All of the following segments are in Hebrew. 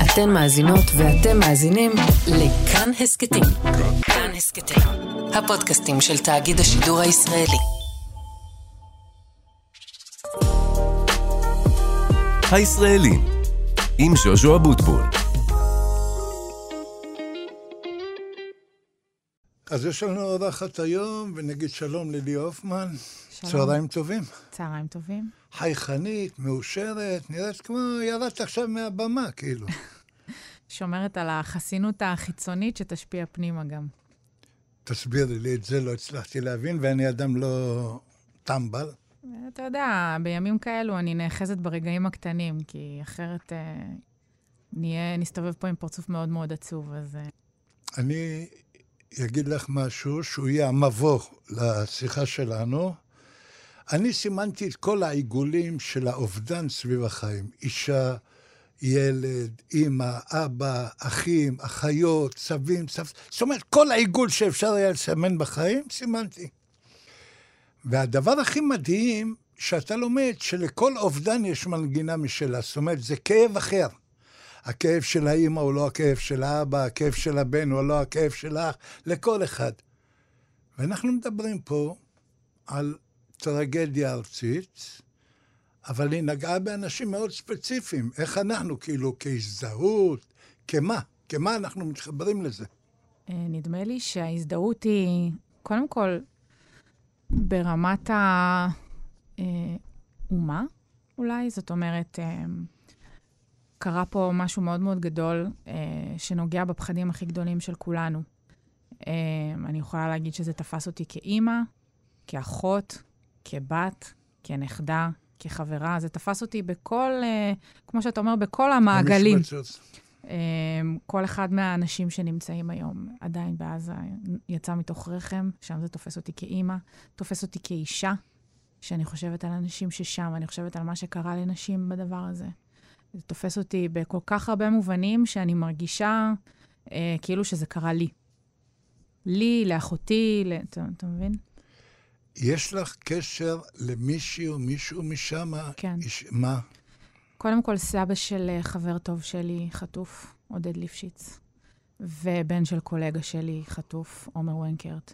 אתן מאזינות ואתם מאזינים לכאן הסקטים. כאן הסקטים, הפודקאסטים של תאגיד השידור הישראלי. הישראלים, עם ז'וז'ו אבוטבול. אז יש לנו אורחת היום, ונגיד שלום לילי הופמן. שלום. צהריים טובים. צהריים טובים. חייכנית, מאושרת, נראית כמו ירדת עכשיו מהבמה, כאילו. שומרת על החסינות החיצונית שתשפיע פנימה גם. תסבירי לי, את זה לא הצלחתי להבין, ואני אדם לא טמבל. אתה יודע, בימים כאלו אני נאחזת ברגעים הקטנים, כי אחרת נסתובב פה עם פרצוף מאוד מאוד עצוב, אז... אני אגיד לך משהו שהוא יהיה המבוא לשיחה שלנו. אני סימנתי את כל העיגולים של האובדן סביב החיים. אישה, ילד, אמא, אבא, אחים, אחיות, סבים, סבתות. זאת אומרת, כל העיגול שאפשר היה לסמן בחיים, סימנתי. והדבר הכי מדהים, שאתה לומד שלכל אובדן יש מנגינה משלה. זאת אומרת, זה כאב אחר. הכאב של האמא הוא לא הכאב של האבא, הכאב של הבן הוא לא הכאב של האח, לכל אחד. ואנחנו מדברים פה על טרגדיה ארצית, אבל היא נגעה באנשים מאוד ספציפיים. איך אנחנו, כאילו, כהזדהות, כמה אנחנו מתחברים לזה? נדמה לי שההזדהות היא, קודם כל, ברמת האומה, אולי. זאת אומרת, קרה פה משהו מאוד מאוד גדול, שנוגע בפחדים הכי גדולים של כולנו. אני יכולה להגיד שזה תפס אותי כאימא, כאחות, כבת, כנכדה, כחברה. זה תפס אותי בכל, כמו שאתה אומר, בכל המעגלים. כל אחד מהאנשים שנמצאים היום עדיין בעזה יצא מתוך רחם, שם זה תופס אותי כאימא, תופס אותי כאישה, שאני חושבת על אנשים ששם, אני חושבת על מה שקרה לנשים בדבר הזה. זה תופס אותי בכל כך הרבה מובנים שאני מרגישה כאילו שזה קרה לי. לי, לאחותי, אתה מבין? יש לך קשר למישהי או מישהו משם? כן. מה? קודם כל, סבא של חבר טוב שלי חטוף, עודד ליפשיץ, ובן של קולגה שלי חטוף, עומר ונקרט.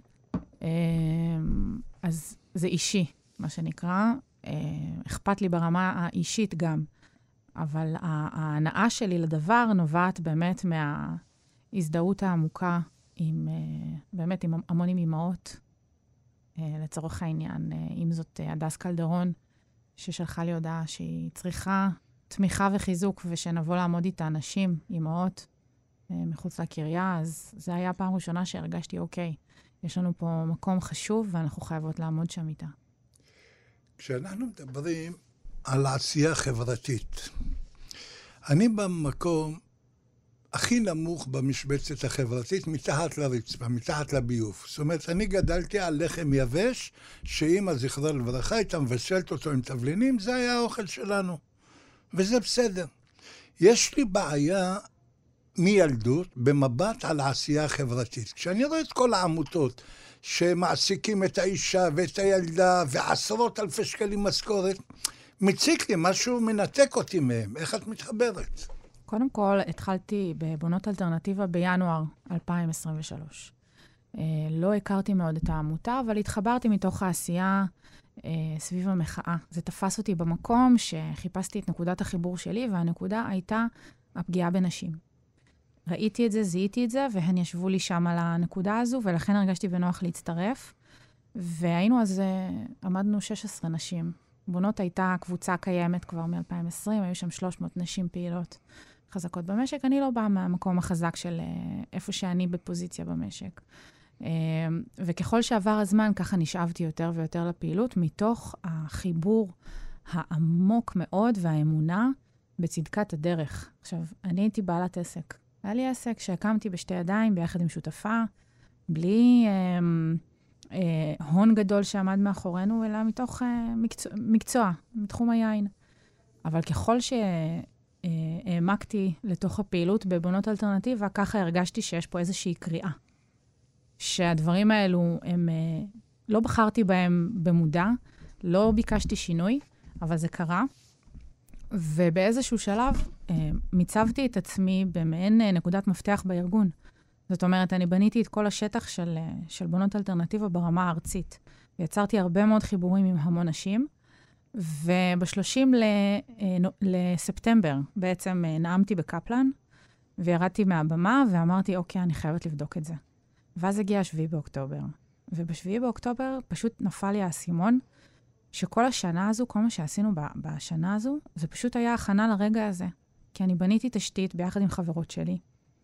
אז זה אישי, מה שנקרא. אכפת לי ברמה האישית גם. אבל ההנאה שלי לדבר נובעת באמת מההזדהות העמוקה עם, באמת עם המון אמהות, לצורך העניין, אם זאת הדס קלדרון, ששלחה לי הודעה שהיא צריכה תמיכה וחיזוק, ושנבוא לעמוד איתה אנשים, אמהות, מחוץ לקריה, אז זה היה פעם ראשונה שהרגשתי, אוקיי, יש לנו פה מקום חשוב, ואנחנו חייבות לעמוד שם איתה. כשאנחנו מדברים על העשייה חברתית, אני במקום הכי נמוך במשבצת החברתית, מתחת לרצפה, מתחת לביוב. זאת אומרת, אני גדלתי על לחם יבש, שאמא זכרה לברכה הייתה מבשלת אותו עם תבלינים, זה היה האוכל שלנו. וזה בסדר. יש לי בעיה מילדות במבט על העשייה החברתית. כשאני רואה את כל העמותות שמעסיקים את האישה ואת הילדה ועשרות אלפי שקלים משכורת, מציק לי, משהו מנתק אותי מהם. איך את מתחברת? קודם כל, התחלתי בבונות אלטרנטיבה בינואר 2023. לא הכרתי מאוד את העמותה, אבל התחברתי מתוך העשייה סביב המחאה. זה תפס אותי במקום שחיפשתי את נקודת החיבור שלי, והנקודה הייתה הפגיעה בנשים. ראיתי את זה, זיהיתי את זה, והן ישבו לי שם על הנקודה הזו, ולכן הרגשתי בנוח להצטרף. והיינו אז, עמדנו 16 נשים. בונות הייתה קבוצה קיימת כבר מ-2020, היו שם 300 נשים פעילות חזקות במשק. אני לא באה מהמקום החזק של איפה שאני בפוזיציה במשק. וככל שעבר הזמן, ככה נשאבתי יותר ויותר לפעילות, מתוך החיבור העמוק מאוד והאמונה בצדקת הדרך. עכשיו, אני הייתי בעלת עסק. היה לי עסק שהקמתי בשתי ידיים ביחד עם שותפה, בלי הון גדול שעמד מאחורינו, אלא מתוך מקצוע, מתחום היין. אבל ככל שהעמקתי לתוך הפעילות בבונות אלטרנטיבה, ככה הרגשתי שיש פה איזושהי קריאה. שהדברים האלו, לא בחרתי בהם במודע, לא ביקשתי שינוי, אבל זה קרה. ובאיזשהו שלב מיצבתי את עצמי במעין נקודת מפתח בארגון. זאת אומרת, אני בניתי את כל השטח של בונות אלטרנטיבה ברמה הארצית. ויצרתי הרבה מאוד חיבורים עם המון נשים, וב-30 לספטמבר בעצם נאמתי בקפלן, וירדתי מהבמה ואמרתי, אוקיי, אני חייבת לבדוק את זה. ואז הגיע 7 באוקטובר. וב-7 באוקטובר פשוט נפל לי האסימון, שכל השנה הזו, כל מה שעשינו בשנה הזו, זה פשוט היה הכנה לרגע הזה. כי אני בניתי תשתית ביחד עם חברות שלי,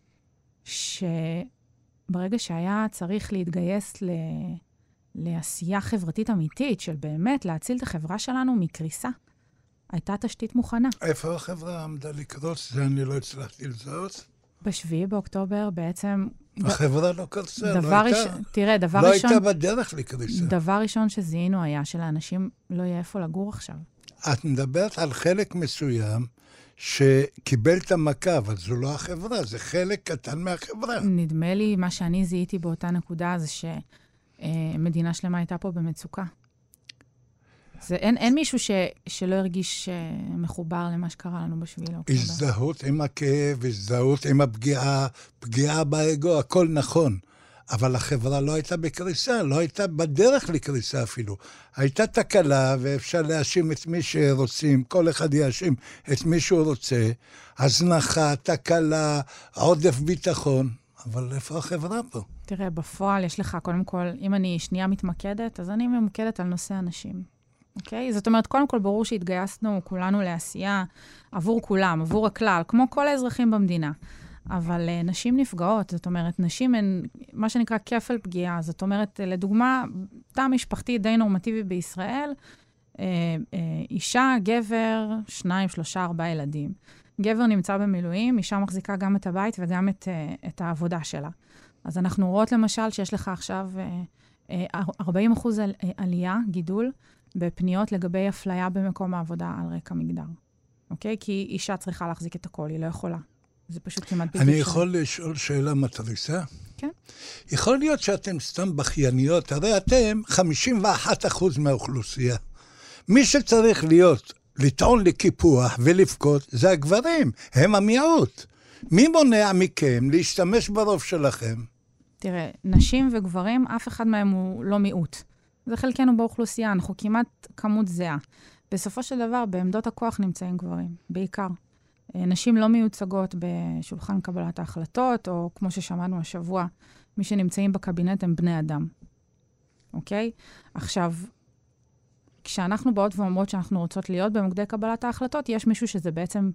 שברגע שהיה צריך להתגייס לעשייה חברתית אמיתית, של באמת להציל את החברה שלנו מקריסה, הייתה תשתית מוכנה. איפה החברה עמדה לקרוס? זה אני לא הצלחתי לזהות. ב7 באוקטובר בעצם... החברה לא קרסה, לא הייתה הייתה בדרך לקריסה. דבר ראשון שזיהינו היה שלאנשים לא יהיה איפה לגור עכשיו. את מדברת על חלק מסוים שקיבל את המכה, אבל זו לא החברה, זה חלק קטן מהחברה. נדמה לי, מה שאני זיהיתי באותה נקודה זה שמדינה שלמה הייתה פה במצוקה. אין מישהו שלא הרגיש מחובר למה שקרה לנו בשביל אוקטובר. הזדהות עם הכאב, הזדהות עם הפגיעה, פגיעה באגו, הכל נכון. אבל החברה לא הייתה בקריסה, לא הייתה בדרך לקריסה אפילו. הייתה תקלה, ואפשר להאשים את מי שרוצים, כל אחד יאשים את מי שהוא רוצה, הזנחה, תקלה, עודף ביטחון, אבל איפה החברה פה? תראה, בפועל יש לך, קודם כל, אם אני שנייה מתמקדת, אז אני ממוקדת על נושא אנשים. אוקיי? זאת אומרת, קודם כל ברור שהתגייסנו כולנו לעשייה עבור כולם, עבור הכלל, כמו כל האזרחים במדינה. אבל נשים נפגעות, זאת אומרת, נשים הן מה שנקרא כפל פגיעה. זאת אומרת, לדוגמה, תא משפחתי די נורמטיבי בישראל, אישה, גבר, 2, 3, 4 ילדים. גבר נמצא במילואים, אישה מחזיקה גם את הבית וגם את העבודה שלה. אז אנחנו רואות למשל שיש לך עכשיו 40% עלייה, גידול, בפניות לגבי אפליה במקום העבודה על רקע מגדר. אוקיי? כי אישה צריכה להחזיק את הכל, היא לא יכולה. זה פשוט כמעט בלתי אפשרי. אני יכול לשאול שאלה מתריסה? כן. יכול להיות שאתם סתם בכייניות, הרי אתם 51% מהאוכלוסייה. מי שצריך לטעון לקיפוח ולבכות, זה הגברים, הם המיעוט. מי מונע מכם להשתמש ברוב שלכם? תראה, נשים וגברים, אף אחד מהם הוא לא מיעוט. זה חלקנו באוכלוסייה, אנחנו כמעט כמות זהה. בסופו של דבר, בעמדות הכוח נמצאים גברים, בעיקר. נשים לא מיוצגות בשולחן קבלת ההחלטות, או כמו ששמענו השבוע, מי שנמצאים בקבינט הם בני אדם. אוקיי? עכשיו, כשאנחנו באות ואומרות שאנחנו רוצות להיות במוקדי קבלת ההחלטות, יש מישהו שזה בעצם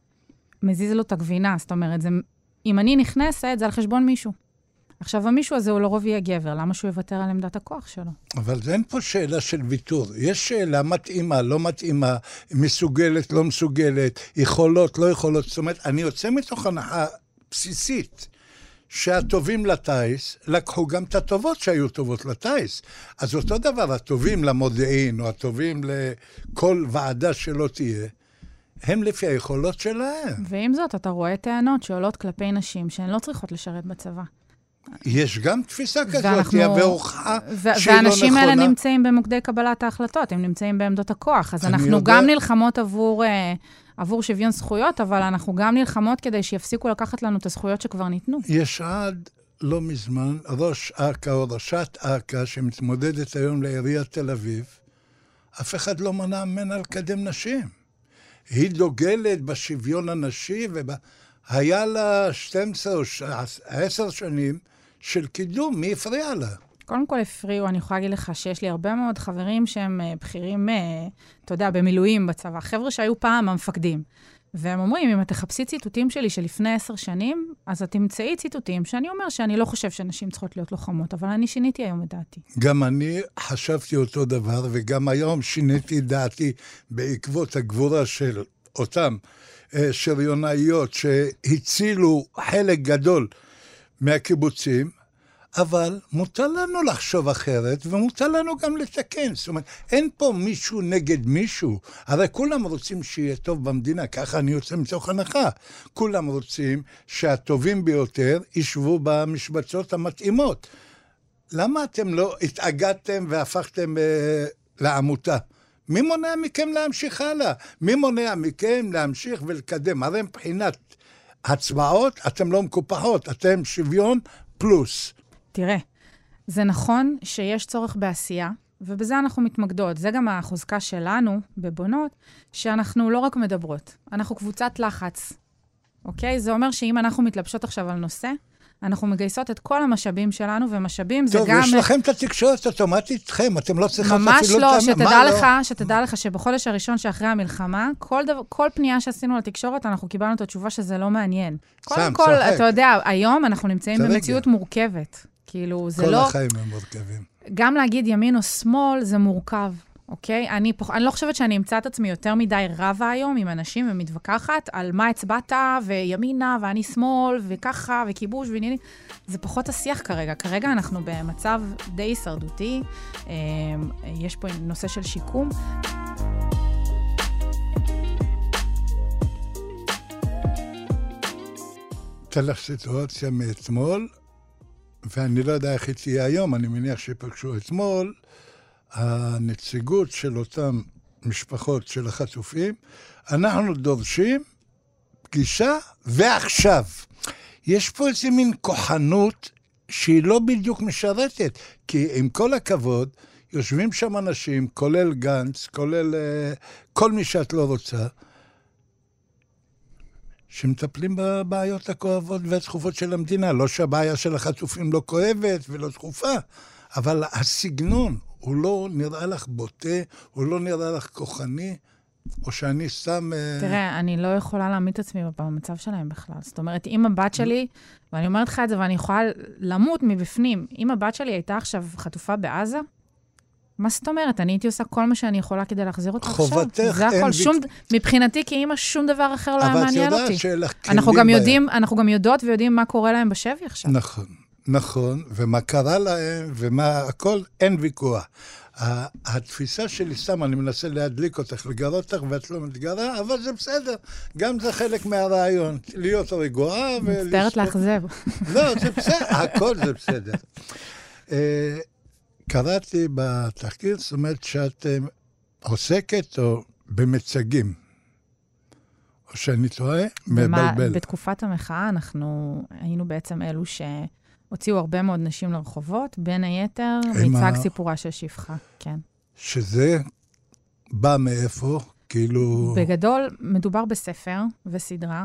מזיז לו את הגבינה. זאת אומרת, אם אני נכנסת, זה על חשבון מישהו. עכשיו, המישהו הזה הוא לרוב יהיה גבר. למה שהוא יוותר על עמדת הכוח שלו? אבל זה אין פה שאלה של ויתור. יש שאלה מתאימה, לא מתאימה, מסוגלת, לא מסוגלת, יכולות, לא יכולות. זאת אומרת, אני יוצא מתוך הנחה בסיסית, שהטובים לטייס, לקחו גם את הטובות שהיו טובות לטייס. אז אותו דבר, הטובים למודיעין, או הטובים לכל ועדה שלא תהיה, הם לפי היכולות שלהם. ועם זאת, אתה רואה טענות שעולות כלפי נשים, שהן לא צריכות לשרת בצבא. יש גם תפיסה כזאת, והוכחה שהיא לא נכונה. והאנשים האלה נמצאים במוקדי קבלת ההחלטות, הם נמצאים בעמדות הכוח, אז אנחנו גם נלחמות עבור שוויון זכויות, אבל אנחנו גם נלחמות כדי שיפסיקו לקחת לנו את הזכויות שכבר ניתנו. יש עד לא מזמן ראש אכ"א או ראשת אכ"א שמתמודדת היום לעיריית תל אביב, אף אחד לא מנע ממנה לקדם נשים. היא דוגלת בשוויון הנשי, היה לה 12 או 10 שנים של קידום, מי הפריע לה? קודם כל הפריעו, אני יכולה להגיד לך שיש לי הרבה מאוד חברים שהם בכירים, אתה יודע, במילואים בצבא, חבר'ה שהיו פעם המפקדים. והם אומרים, אם את תחפשי ציטוטים שלי שלפני 10 שנים, אז את תמצאי ציטוטים שאני אומר שאני לא חושב שנשים צריכות להיות לוחמות, אבל אני שיניתי היום את דעתי. גם אני חשבתי אותו דבר, וגם היום שיניתי את דעתי בעקבות הגבורה של אותם שריונאיות שהצילו חלק גדול מהקיבוצים, אבל מותר לנו לחשוב אחרת, ומותר לנו גם לתקן. זאת אומרת, אין פה מישהו נגד מישהו. הרי כולם רוצים שיהיה טוב במדינה, ככה אני יוצא מתוך הנחה. כולם רוצים שהטובים ביותר ישבו במשבצות המתאימות. למה אתם לא התאגדתם והפכתם לעמותה מי מונע מכם להמשיך הלאה? מי מונע מכם להמשיך ולקדם? הרי מבחינת הצבעות, אתם לא מקופחות, אתם שוויון פלוס. תראה, זה נכון שיש צורך בעשייה, ובזה אנחנו מתמקדות. זה גם החוזקה שלנו בבונות, שאנחנו לא רק מדברות, אנחנו קבוצת לחץ. אוקיי? זה אומר שאם אנחנו מתלבשות עכשיו על נושא, אנחנו מגייסות את כל המשאבים שלנו, ומשאבים זה גם... טוב, יש לכם את התקשורת אוטומטית איתכם, אתם לא צריכים אפילו... ממש לא, שתדע לך שבחודש הראשון שאחרי המלחמה, כל פנייה שעשינו לתקשורת, אנחנו קיבלנו את התשובה שזה לא מעניין. קודם כל, אתה יודע, היום אנחנו נמצאים במציאות מורכבת. כאילו, זה לא... כל החיים הם מורכבים. גם להגיד ימין או שמאל, זה מורכב. אוקיי? אני לא חושבת שאני אמצא את עצמי יותר מדי רבה היום עם אנשים ומתווכחת על מה הצבעת וימינה ואני שמאל וככה וכיבוש ועניינים. זה פחות השיח כרגע. כרגע אנחנו במצב די הישרדותי. יש פה נושא של שיקום. אתן לך סיטואציה מאתמול, ואני לא יודע איך היא תהיה היום, אני מניח שפגשו אתמול, הנציגות של אותם משפחות של החטופים, אנחנו דורשים פגישה ועכשיו. יש פה איזה מין כוחנות שהיא לא בדיוק משרתת, כי עם כל הכבוד, יושבים שם אנשים, כולל גנץ, כולל כל מי שאת לא רוצה, שמטפלים בבעיות הכואבות והדחופות של המדינה. לא שהבעיה של החטופים לא כואבת ולא דחופה, אבל הסגנון, הוא לא נראה לך בוטה, הוא לא נראה לך כוחני, או שאני סתם... תראה, אני לא יכולה להעמיד את עצמי במצב שלהם בכלל. זאת אומרת, אם הבת שלי, ואני אומרת לך את זה, ואני יכולה למות מבפנים, אם הבת שלי הייתה עכשיו חטופה בעזה, מה זאת אומרת? אני הייתי עושה כל מה שאני יכולה כדי להחזיר אותה עכשיו. חובתך אין... מבחינתי, כאמא, שום דבר אחר לא מעניין אותי. אבל את יודעת שלך כלים אנחנו גם יודעות ויודעים מה קורה להם בשבי עכשיו. נכון. נכון, ומה קרה להם, ומה הכל, אין ויכוח. התפיסה שלי, סתם, אני מנסה להדליק אותך, לגרות אותך, ואת לא מתגרה, אבל זה בסדר. גם זה חלק מהרעיון, להיות רגועה. מצטערת לאכזב. לא, זה בסדר, הכל זה בסדר. קראתי בתחקיר, זאת אומרת שאת עוסקת או במצגים. או שאני טועה, מבלבל. בתקופת המחאה אנחנו היינו בעצם אלו הוציאו הרבה מאוד נשים לרחובות, בין היתר מיצג סיפורה של שפחה, כן. שזה בא מאיפה? כאילו... בגדול, מדובר בספר וסדרה,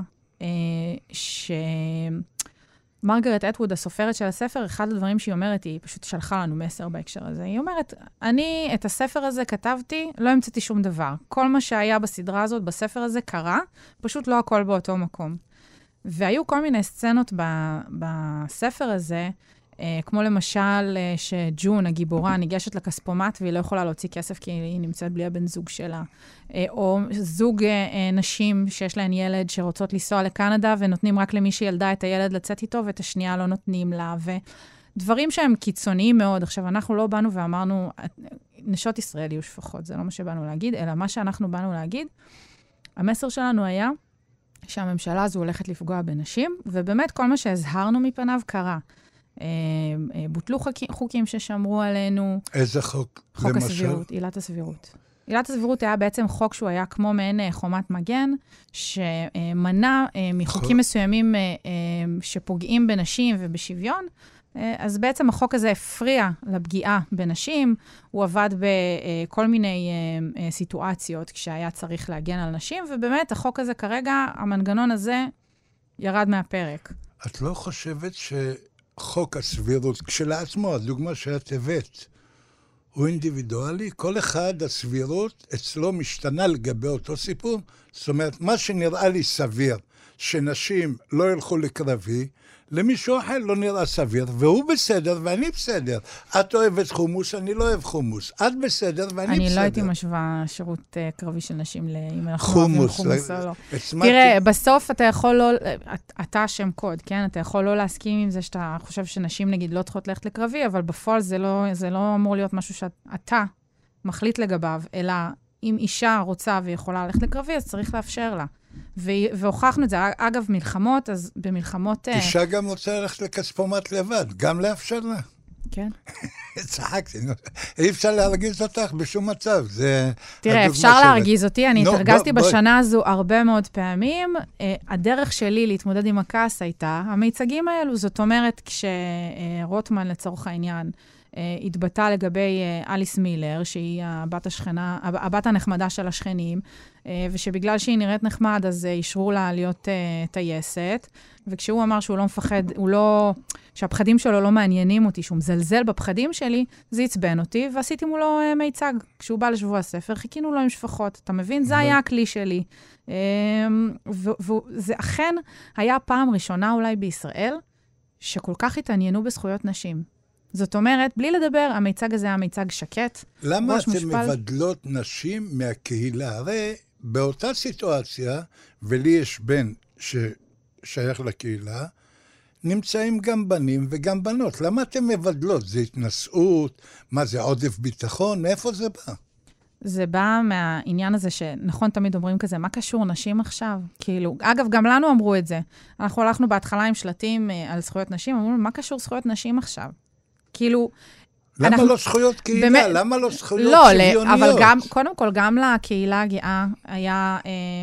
מרגרט אטווד, הסופרת של הספר, אחד הדברים שהיא אומרת, היא פשוט שלחה לנו מסר בהקשר הזה. היא אומרת, אני את הספר הזה כתבתי, לא המצאתי שום דבר. כל מה שהיה בסדרה הזאת, בספר הזה, קרה, פשוט לא הכל באותו מקום. והיו כל מיני סצנות בספר הזה, כמו למשל שג'ון, הגיבורה, ניגשת לכספומט, והיא לא יכולה להוציא כסף כי היא נמצאת בלי הבן זוג שלה. או זוג נשים שיש להן ילד שרוצות לנסוע לקנדה, ונותנים רק למי שילדה את הילד לצאת איתו, ואת השנייה לא נותנים לה. ודברים שהם קיצוניים מאוד. עכשיו, אנחנו לא באנו ואמרנו, נשות ישראל יהיו שפחות, זה לא מה שבאנו להגיד, אלא מה שאנחנו באנו להגיד. המסר שלנו היה שהממשלה הזו הולכת לפגוע בנשים, ובאמת כל מה שהזהרנו מפניו קרה. בוטלו חוקים ששמרו עלינו. איזה חוק? חוק הסבירות, עילת הסבירות. עילת הסבירות היה בעצם חוק שהוא היה כמו מעין חומת מגן, שמנע מחוקים מסוימים שפוגעים בנשים ובשוויון, אז בעצם החוק הזה הפריע לפגיעה בנשים, הוא עבד בכל מיני סיטואציות כשהיה צריך להגן על נשים, ובאמת החוק הזה כרגע, המנגנון הזה ירד מהפרק. את לא חושבת שחוק הסבירות כשלעצמו, הדוגמה שאת הבאת, הוא אינדיבידואלי? כל אחד הסבירות אצלו משתנה לגבי אותו סיפור. זאת אומרת, מה שנראה לי סביר, שנשים לא ילכו לקרבי, למישהו אחר לא נראה סביר, והוא בסדר ואני בסדר. את אוהבת חומוס, אני לא אוהב חומוס. את בסדר ואני בסדר. אני לא הייתי משווה שירות קרבי של נשים, אם אנחנו אוהבים חומוס או לא. תראה, בסוף אתה יכול לא, אתה שם קוד, כן? אתה יכול לא להסכים עם זה שאתה חושב שנשים, נגיד, לא צריכות ללכת לקרבי, אבל בפועל זה לא אמור להיות משהו שאתה מחליט לגביו, אלא אם אישה רוצה ויכולה ללכת לקרבי, אז צריך לאפשר לה. והוכחנו את זה. אגב, מלחמות, אז במלחמות... אישה גם רוצה ללכת לכספומט לבד, גם לאפשר לה. כן. צחקתי, אי אפשר להרגיז אותך בשום מצב. תראה, אפשר להרגיז אותי, אני התרגזתי בשנה הזו הרבה מאוד פעמים. הדרך שלי להתמודד עם הכעס הייתה, המיצגים האלו, זאת אומרת, כשרוטמן לצורך העניין, התבטא לגבי אליס מילר, שהיא הבת הנחמדה של השכנים, ושבגלל שהיא נראית נחמד, אז אישרו לה להיות טייסת, וכשהוא אמר שהוא לא מפחד, שהפחדים שלו לא מעניינים אותי, שהוא מזלזל בפחדים שלי, זה עצבן אותי, ועשיתי מולו מיצג. כשהוא בא לשבוע הספר, חיכינו לו עם שפחות. אתה מבין? זה היה הכלי שלי. וזה אכן היה פעם ראשונה אולי בישראל, שכל כך התעניינו בזכויות נשים. זאת אומרת, בלי לדבר, המיצג הזה היה מיצג שקט. למה אתם מבדלות נשים מהקהילה? הרי באותה סיטואציה, ולי יש בן ששייך לקהילה, נמצאים גם בנים וגם בנות. למה אתם מבדלות? זה התנשאות? מה זה, עודף ביטחון? מאיפה זה בא? זה בא מהעניין הזה שנכון תמיד אומרים כזה, מה קשור נשים עכשיו? כאילו, אגב, גם לנו אמרו את זה. אנחנו הלכנו בהתחלה עם שלטים על זכויות נשים, אמרו, מה קשור זכויות נשים עכשיו? כאילו... למה לא זכויות קהילה? למה לא זכויות שוויוניות? אבל קודם כל, גם לקהילה הגאה היה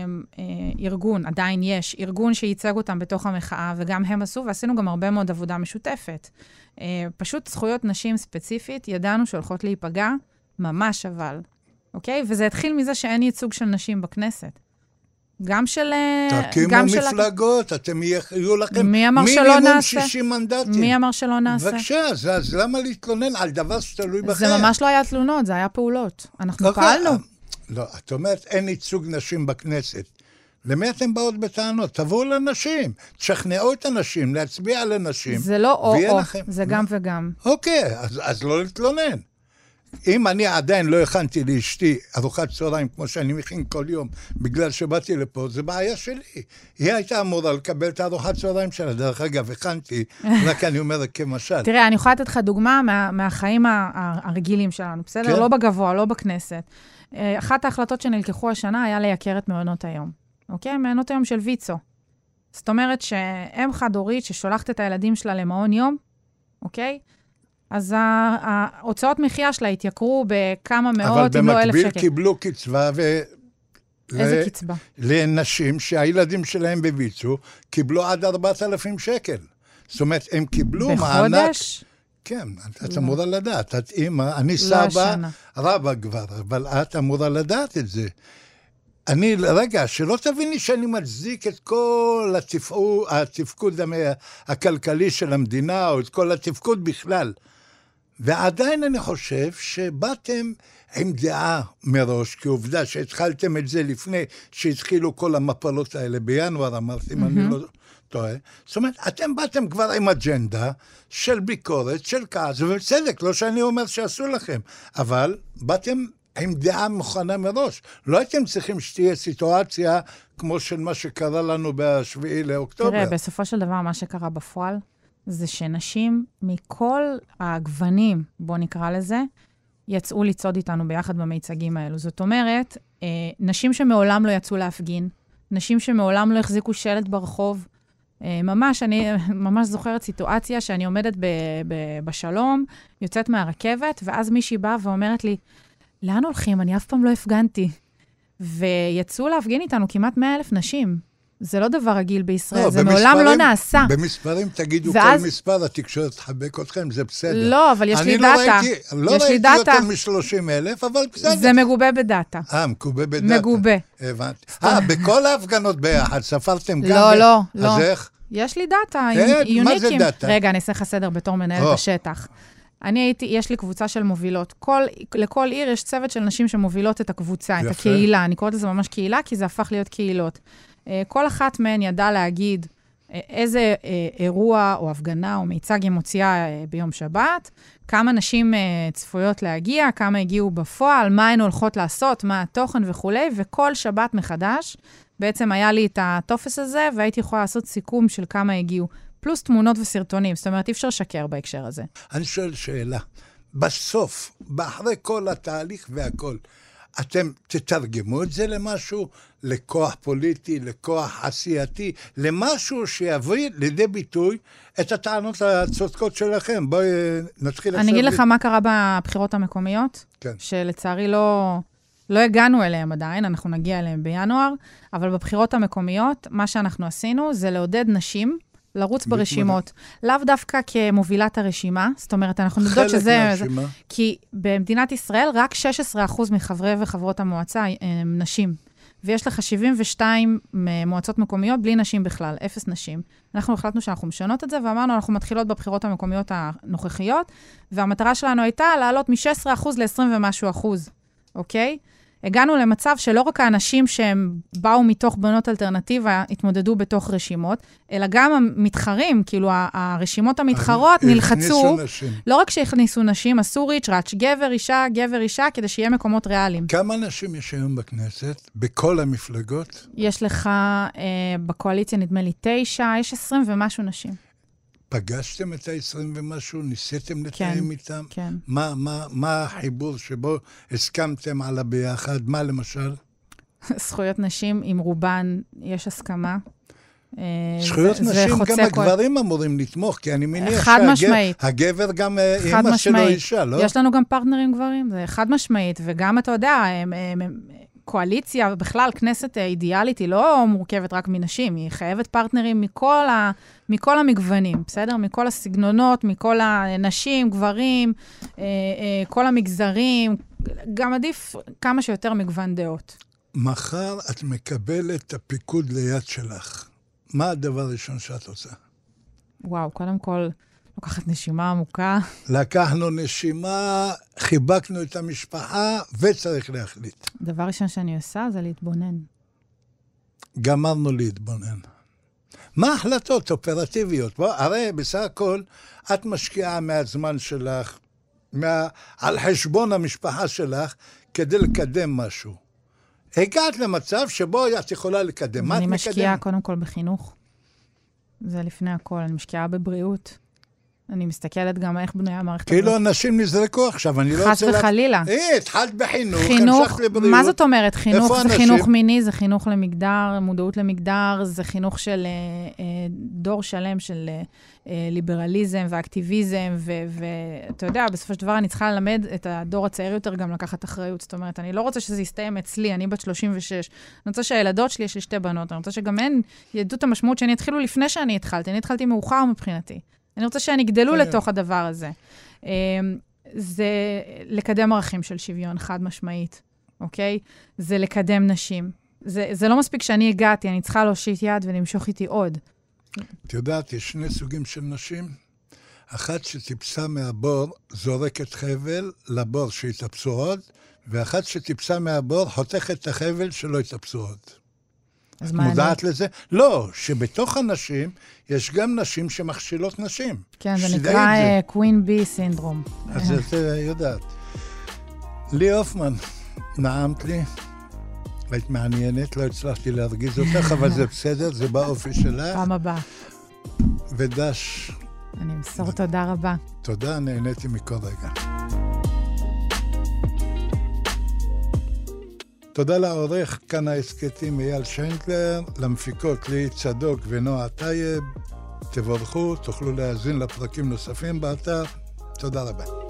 ארגון, עדיין יש, ארגון שייצג אותם בתוך המחאה, וגם הם עשו, ועשינו גם הרבה מאוד עבודה משותפת. פשוט זכויות נשים ספציפית, ידענו שהולכות להיפגע, ממש אבל. אוקיי? וזה התחיל מזה שאין ייצוג של נשים בכנסת. גם של... תקימו מפלגות, אתם יהיו לכם מינימום 60 מנדטים. מי אמר שלא נעשה? בבקשה, אז למה להתלונן על דבר שתלוי בכם? זה ממש לא היה תלונות, זה היה פעולות. אנחנו פעלנו. לא, את אומרת, אין ייצוג נשים בכנסת. למי אתם באות בטענות? תבואו לנשים, תשכנעו את הנשים, להצביע על הנשים. זה לא או-או, זה גם וגם. אוקיי, אז לא להתלונן. אם אני עדיין לא הכנתי לאשתי ארוחת צהריים, כמו שאני מכין כל יום, בגלל שבאתי לפה, זה בעיה שלי. היא הייתה אמורה לקבל את הארוחת צהריים שלה. דרך אגב, הכנתי, רק אני אומר כמשל. תראה, אני יכולה לתת לך דוגמה מהחיים הרגילים שלנו, בסדר? לא בגבוה, לא בכנסת. אחת ההחלטות שנלקחו השנה היה לייקר את מעונות היום. אוקיי? מעונות היום של ויצו. זאת אומרת שאם חד-הורית ששולחת את הילדים שלה למעון יום, אוקיי? אז ההוצאות מחיה שלה התייקרו בכמה מאות, אם לא 1,000 שקל. אבל במקביל קיבלו קצבה איזה קצבה? לנשים שהילדים שלהם בביצו, קיבלו עד 4,000 שקל. זאת אומרת, הם קיבלו מענק... בחודש? כן, את אמורה לדעת. את אימא, אני סבא, רבא כבר, אבל את אמורה לדעת את זה. רגע, שלא תביני שאני מצדיק את כל התפקוד הכלכלי של המדינה, או את כל התפקוד בכלל. ועדיין אני חושב שבאתם עם דעה מראש, כי עובדה שהתחלתם את זה לפני שהתחילו כל המפלות האלה בינואר, אמרתי, אם אני לא טועה. זאת אומרת, אתם באתם כבר עם אג'נדה של ביקורת, של כעס, ובצדק, לא שאני אומר שעשו לכם, אבל באתם עם דעה מוכנה מראש. לא הייתם צריכים שתהיה סיטואציה כמו של מה שקרה לנו ב7 לאוקטובר. תראה, בסופו של דבר, מה שקרה בפועל, זה שנשים מכל הגוונים, בוא נקרא לזה, יצאו לצעוד איתנו ביחד במיצגים האלו. זאת אומרת, נשים שמעולם לא יצאו להפגין, נשים שמעולם לא החזיקו שלט ברחוב, אני ממש זוכרת סיטואציה שאני עומדת בשלום, יוצאת מהרכבת, ואז מישהי באה ואומרת לי, לאן הולכים? אני אף פעם לא הפגנתי. ויצאו להפגין איתנו כמעט 100,000 נשים. זה לא דבר רגיל בישראל, זה מעולם לא נעשה. במספרים תגידו כל מספר, התקשורת תחבק אתכם, זה בסדר. לא, אבל יש לי דאטה. לא ראיתי יותר מ-30,000, אבל בסדר. זה מגובה בדאטה. מגובה בדאטה. מגובה. הבנתי. בכל ההפגנות ביחד, ספרתם גם? לא. אז איך? יש לי דאטה, יוניקים. מה זה דאטה? רגע, אני אעשה לך סדר בתור מנהלת השטח. יש לי קבוצה של מובילות. לכל עיר יש צוות של נשים שמובילות את הקבוצה, את הקהילה. אני קוראת לזה ממש קהילה, כי זה הפך להיות קהילות. כל אחת מהן ידעה להגיד איזה אירוע או הפגנה או מיצג היא מוציאה ביום שבת, כמה נשים צפויות להגיע, כמה הגיעו בפועל, מה הן הולכות לעשות, מה התוכן וכו', וכל שבת מחדש, בעצם היה לי את הטופס הזה, והייתי יכולה לעשות סיכום של כמה הגיעו, פלוס תמונות וסרטונים, זאת אומרת, אי אפשר לשקר בהקשר הזה. אני שואל שאלה, בסוף, באחרי כל התהליך והכל, אתם תתרגמו את זה למשהו, לכוח פוליטי, לכוח עשייתי, למשהו שיביא לידי ביטוי את הטענות הצודקות שלכם. בואי נתחיל אני אגיד לך מה קרה בבחירות המקומיות, כן. שלצערי לא הגענו אליהם עדיין, אנחנו נגיע אליהם בינואר, אבל בבחירות המקומיות, מה שאנחנו עשינו זה לעודד נשים לרוץ ברשימות. לאו דווקא כמובילת הרשימה, זאת אומרת, אנחנו נדעות שזה... מהרשימה. כי במדינת ישראל רק 16% מחברי וחברות המועצה הם נשים. ויש לך 72 מועצות מקומיות בלי נשים בכלל, 0 נשים. אנחנו החלטנו שאנחנו משנות את זה, ואמרנו, אנחנו מתחילות בבחירות המקומיות הנוכחיות, והמטרה שלנו הייתה לעלות מ-16% ל-20 ומשהו אחוז, אוקיי? הגענו למצב שלא רק האנשים שהם באו מתוך בנות אלטרנטיבה התמודדו בתוך רשימות, אלא גם המתחרים, כאילו הרשימות המתחרות נלחצו, לא רק שהכניסו נשים, עשו ריץ'-ראץ', גבר, אישה, כדי שיהיה מקומות ריאליים. כמה נשים יש היום בכנסת, בכל המפלגות? יש לך בקואליציה נדמה לי 9, יש 20 ומשהו נשים. פגשתם את ה-20 ומשהו? ניסיתם לתאם איתם? כן. מה החיבור שבו הסכמתם על הביחד? מה למשל? זכויות נשים, עם רובן יש הסכמה. זכויות נשים, גם הגברים אמורים לתמוך, כי אני מניח שהגבר גם אמא שלו אישה, לא? יש לנו גם פרטנרים גברים, זה חד משמעית, וגם אתה יודע, קואליציה, בכלל, כנסת אידיאלית, היא לא מורכבת רק מנשים, היא חייבת פרטנרים מכל המגוונים, בסדר? מכל הסגנונות, מכל הנשים, גברים, כל המגזרים, גם עדיף כמה שיותר מגוון דעות. מחר את מקבלת את הפיקוד ליד שלך. מה הדבר הראשון שאת עושה? וואו, קודם כל, לוקחת נשימה עמוקה. לקחנו נשימה, חיבקנו את המשפחה, וצריך להחליט. דבר ראשון שאני עושה זה להתבונן. גמרנו להתבונן. מה החלטות אופרטיביות? הרי בסך הכל, את משקיעה מהזמן שלך, על חשבון המשפחה שלך, כדי לקדם משהו. הגעת למצב שבו את יכולה לקדם. מה את מקדם? אני משקיעה קודם כל בחינוך. זה לפני הכל. אני משקיעה בבריאות. אני מסתכלת גם איך בנויה מערכת הבריאות. כאילו אנשים נזרקו עכשיו, אני לא רוצה... חס וחלילה. התחלת בחינוך, המשכת לבריאות. מה זאת אומרת? חינוך זה חינוך מיני, זה חינוך למגדר, מודעות למגדר, זה חינוך של דור שלם של ליברליזם ואקטיביזם, ואתה יודע, בסופו של דבר אני צריכה ללמד את הדור הצעיר יותר גם לקחת אחריות. זאת אומרת, אני לא רוצה שזה יסתיים אצלי, אני בת 36. אני רוצה שהילדות שלי, יש לי 2 בנות, אני רוצה שגם הן ידעו את המשמעות שאני התחילו לפני שאני התחלתי. אני התחלתי מאוחר מבחינתי. אני רוצה שהן יגדלו לתוך הדבר הזה. זה לקדם ערכים של שוויון, חד משמעית, אוקיי? זה לקדם נשים. זה לא מספיק שאני הגעתי, אני צריכה להושיט יד ולמשוך איתי עוד. את יודעת, יש 2 סוגים של נשים. אחת שטיפסה מהבור, זורקת חבל לבור שיתאפסו עוד, ואחת שטיפסה מהבור, חותכת את החבל שלא יתאפסו עוד. את מודעת לזה? לא, שבתוך הנשים יש גם נשים שמכשילות נשים. כן, זה נקרא קווין בי סינדרום. אז את יודעת. לי הופמן, נעמת לי, היית מעניינת, לא הצלחתי להרגיז אותך, אבל זה בסדר, זה באופי שלך. פעם הבאה. ודש. אני אמסור תודה רבה. תודה, נהניתי מכל רגע. תודה לעורך כאן ההסכתים אייל שיינדלר, למפיקות לי צדוק ונועה טייב. תבורכו, תוכלו להאזין לפרקים נוספים באתר. תודה רבה.